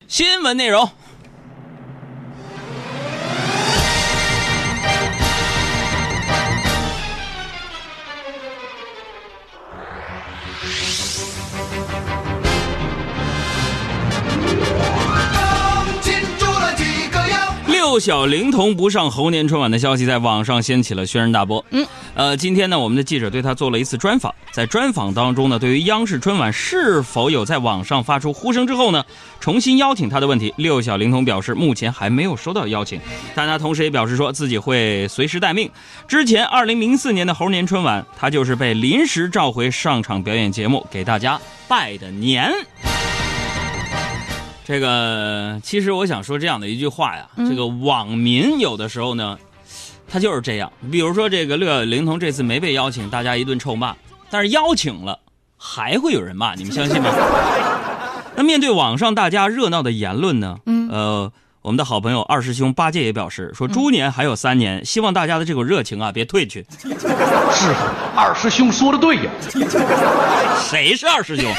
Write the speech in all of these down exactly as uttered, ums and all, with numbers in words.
新闻内容。六小龄童不上猴年春晚的消息在网上掀起了轩然大波。嗯，呃，今天呢，我们的记者对他做了一次专访。在专访当中呢，对于央视春晚是否有在网上发出呼声之后呢，重新邀请他的问题，六小龄童表示目前还没有收到邀请，但他同时也表示说自己会随时待命。之前二零零四年的猴年春晚，他就是被临时召回上场表演节目，给大家拜的年。这个其实我想说这样的一句话呀，这个网民有的时候呢，他就是这样。比如说这个六小龄童这次没被邀请，大家一顿臭骂，但是邀请了，还会有人骂，你们相信吗？那面对网上大家热闹的言论呢，呃，我们的好朋友二师兄八戒也表示说，猪年还有三年，希望大家的这种热情啊别退去。 是，二师兄说的对呀。 谁是二师兄？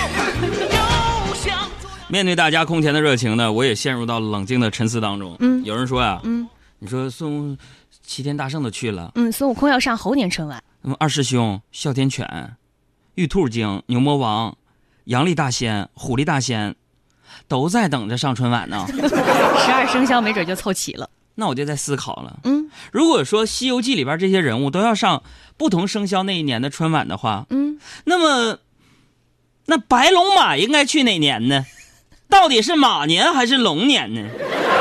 面对大家空前的热情呢，我也陷入到冷静的沉思当中。嗯，有人说呀、啊，嗯，你说孙齐天大圣都去了， 嗯，孙悟空要上猴年春晚， 那么二师兄、哮天犬、玉兔精、牛魔王、阳历大仙、虎力大仙，都在等着上春晚呢。 十二生肖没准就凑齐了。 那我就在思考了，嗯，如果说《西游记》里边这些人物都要上不同生肖那一年的春晚的话，嗯，那么那白龙马应该去哪年呢？到底是马年还是龙年呢？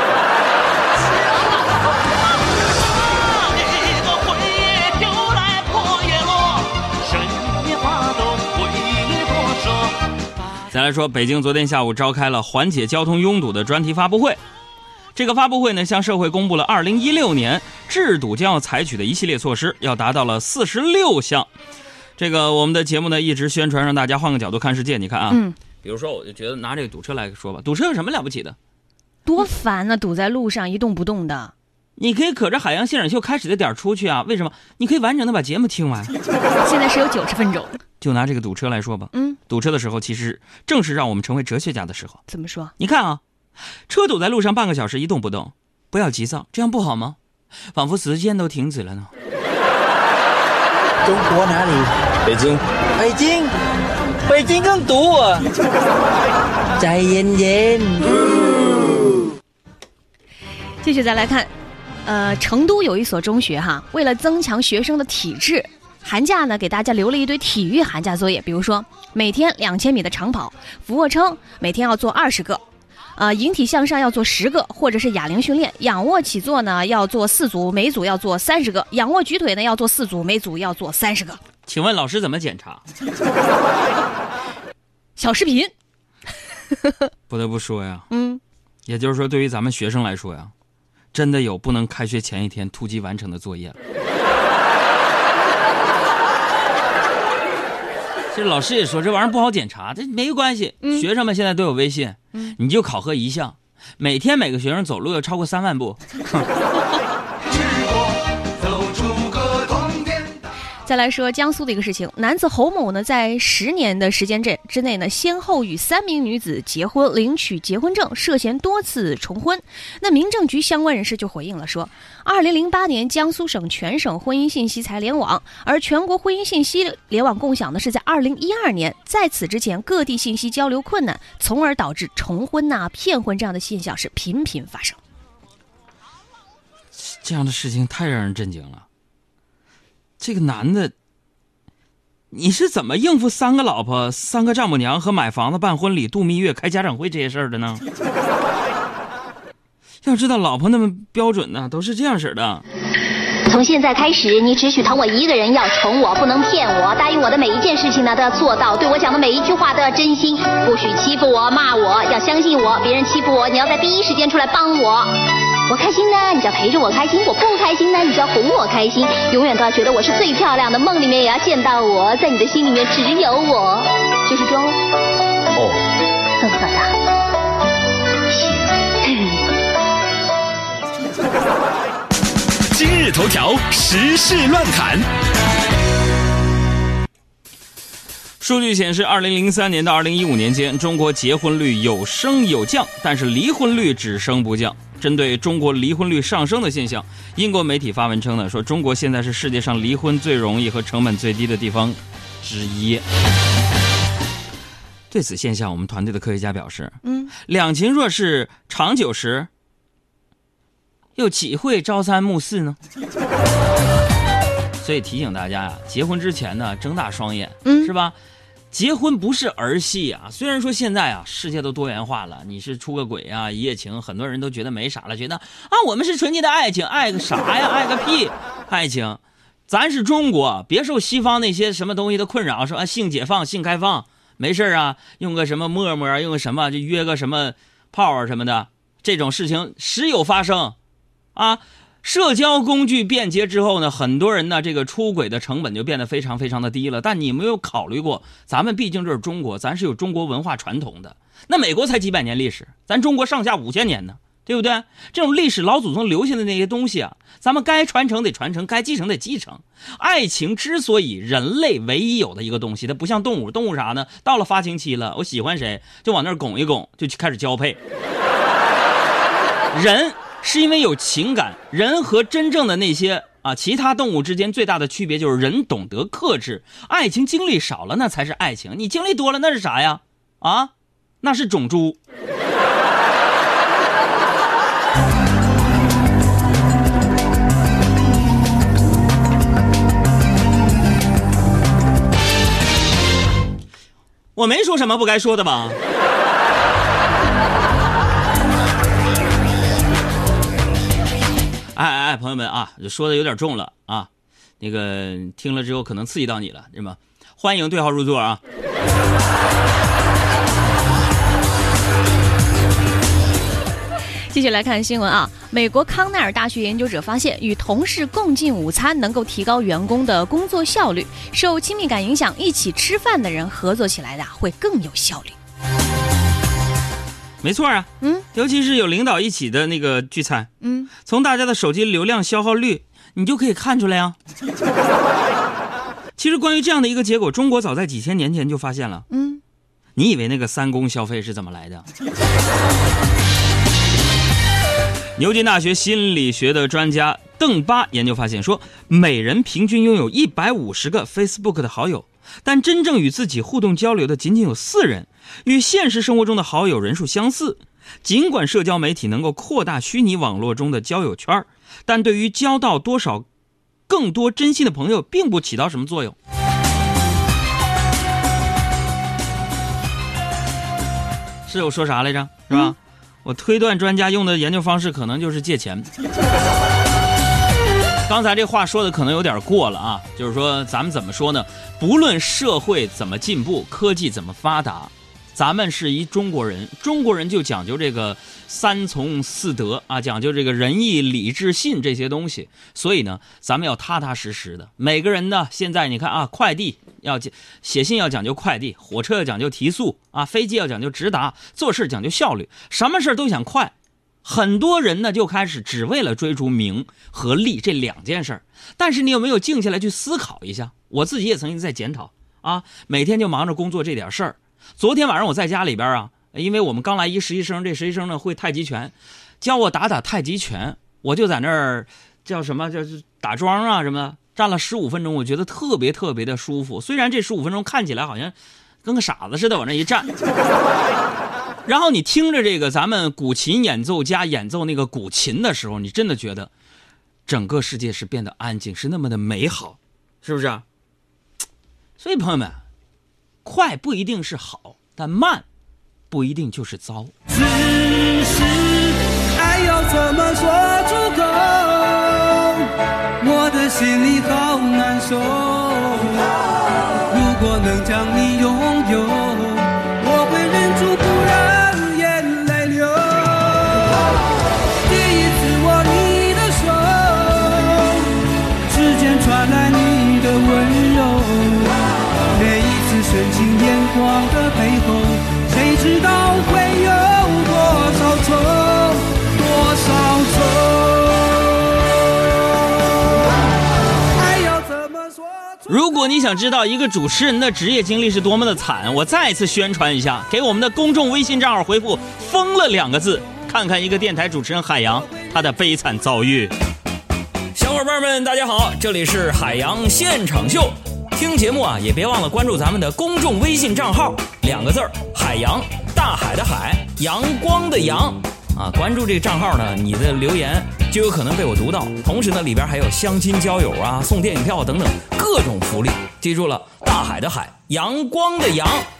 再来说，北京昨天下午召开了缓解交通拥堵的专题发布会。这个发布会呢，向社会公布了二零一六年治堵将要采取的一系列措施，要达到了四十六项。这个我们的节目呢，一直宣传让大家换个角度看世界。你看啊，嗯。比如说我就觉得拿这个堵车来说吧，堵车有什么了不起的？ 多烦呢、啊、堵在路上一动不动的。 你可以可着海洋现场秀开始的点出去啊，为什么？你可以完整的把节目听完。 现在是有九十分钟。 就拿这个堵车来说吧，嗯，堵车的时候其实正是让我们成为哲学家的时候。 怎么说？ 你看啊，车堵在路上半个小时一动不动，不要急躁，这样不好吗？仿佛时间都停止了呢。 中国哪里？ 北京。 北京。北京更堵啊！ใจเย็นๆ。 继续再来看，呃，成都有一所中学哈，为了增强学生的体质，寒假呢给大家留了一堆体育寒假作业，比如说每天两千米的长跑，俯卧撑每天要做二十个，呃，引体向上要做十个，或者是哑铃训练，仰卧起坐呢要做四组，每组要做三十个，仰卧举腿呢要做四组，每组要做三十个。 请问老师怎么检查？ 小视频。 不得不说呀，嗯，也就是说，对于咱们学生来说呀，真的有不能开学前一天突击完成的作业了。其实老师也说这玩意儿不好检查，这没关系，嗯、学生们现在都有微信，嗯、你就考核一项，每天每个学生走路要超过三万步。 再来说江苏的一个事情，男子侯某呢，在十年的时间之之内呢，先后与三名女子结婚，领取结婚证，涉嫌多次重婚。那民政局相关人士就回应了说，二零零八年江苏省全省婚姻信息才联网，而全国婚姻信息联网共享呢是在二零一二年，在此之前各地信息交流困难，从而导致重婚呐、啊、骗婚这样的现象是频频发生。 这样的事情太让人震惊了。这个男的，你是怎么应付三个老婆、三个丈母娘和买房子、办婚礼、度蜜月、开家长会这些事儿的呢？要知道，老婆那么标准呢，都是这样式的。 从现在开始，你只许疼我一个人，要宠我，不能骗我。答应我的每一件事情呢，都要做到；对我讲的每一句话都要真心，不许欺负我、骂我，要相信我。别人欺负我，你要在第一时间出来帮我。我开心呢，你就要陪着我开心；我不开心呢，你就要哄我开心。永远都要觉得我是最漂亮的，梦里面也要见到我，在你的心里面只有我，就是装了。 哦， 算不算啊？ 今日头条时事乱侃。 数据显示，二零零三年到二零一五年间，中国结婚率有升有降，但是离婚率只升不降。针对中国离婚率上升的现象，英国媒体发文称呢，说中国现在是世界上离婚最容易和成本最低的地方之一。对此现象，我们团队的科学家表示，嗯，两情若是长久时，又岂会朝三暮四呢？所以提醒大家呀，结婚之前呢，睁大双眼，嗯，是吧？结婚不是儿戏啊。虽然说现在啊，世界都多元化了，你是出个轨啊，一夜情，很多人都觉得没啥了，觉得啊，我们是纯洁的爱情，爱个啥呀？爱个屁！爱情，咱是中国，别受西方那些什么东西的困扰，说啊，性解放、性开放，没事啊，用个什么陌陌啊，用个什么就约个什么炮啊什么的，这种事情时有发生啊。社交工具便捷之后呢，很多人呢这个出轨的成本就变得非常非常的低了。但你没有考虑过，咱们毕竟这是中国，咱是有中国文化传统的。那美国才几百年历史，咱中国上下五千年呢，对不对？这种历史老祖宗留下的那些东西啊，咱们该传承得传承，该继承得继承。爱情之所以人类唯一有的一个东西，它不像动物，动物啥呢？到了发情期了，我喜欢谁就往那儿拱一拱，就开始交配。人是因为有情感，人和真正的那些啊其他动物之间最大的区别就是人懂得克制，爱情经历少了那才是爱情，你经历多了那是啥呀？啊，那是种猪。我没说什么不该说的吧？哎哎哎，朋友们啊，说的有点重了啊，那个听了之后可能刺激到你了，对吗？欢迎对号入座啊！ 继续来看新闻啊，美国康奈尔大学研究者发现，与同事共进午餐能够提高员工的工作效率。受亲密感影响，一起吃饭的人合作起来的会更有效率。 没错啊，嗯，尤其是有领导一起的那个聚餐，嗯，从大家的手机流量消耗率，你就可以看出来呀。其实关于这样的一个结果，中国早在几千年前就发现了，嗯，你以为那个三公消费是怎么来的？牛津大学心理学的专家邓巴研究发现说，每人平均拥有一百五十个 Facebook 的好友，但真正与自己互动交流的仅仅有四人，与现实生活中的好友人数相似。尽管社交媒体能够扩大虚拟网络中的交友圈，但对于交到多少更多真心的朋友并不起到什么作用。是我说啥来着？是吧？嗯，我推断专家用的研究方式可能就是借钱。刚才这话说的可能有点过了啊，就是说咱们怎么说呢？不论社会怎么进步，科技怎么发达，咱们是一中国人，中国人就讲究这个三从四德啊，讲究这个仁义礼智信这些东西。所以呢，咱们要踏踏实实的。每个人呢，现在你看啊，快递要写信要讲究快递，火车要讲究提速啊，飞机要讲究直达，做事讲究效率，什么事都想快。很多人呢就开始只为了追逐名和利这两件事儿，但是你有没有静下来去思考一下？我自己也曾经在检讨啊，每天就忙着工作这点事儿。昨天晚上我在家里边啊，因为我们刚来一实习生，这实习生呢会太极拳，教我打打太极拳，我就在那儿叫什么叫打桩啊什么的，站了十五分钟，我觉得特别特别的舒服。虽然这十五分钟看起来好像跟个傻子似的往那一站。然后你听着这个咱们古琴演奏家演奏那个古琴的时候，你真的觉得整个世界是变得安静，是那么的美好，是不是啊？所以朋友们，快不一定是好，但慢不一定就是糟。 只是爱要怎么说出口，我的心里好难受。如果能将你拥有，我会忍住不让眼泪流。第一次握你的手，指尖传来你的温柔，每一次深情眼光的背后，谁知道会有多少愁，多少愁。爱要怎么说出如果你想知道一个主持人的职业经历是多么的惨，我再次宣传一下，给我们的公众微信账号回复疯了两个字，看看一个电台主持人海洋他的悲惨遭遇。小伙伴们大家好，这里是海洋现场秀，听节目啊也别忘了关注咱们的公众微信账号，两个字儿海洋，大海的海，阳光的阳啊，关注这个账号呢，你的留言就有可能被我读到，同时呢里边还有相亲交友啊，送电影票等等各种福利，记住了，大海的海，阳光的阳。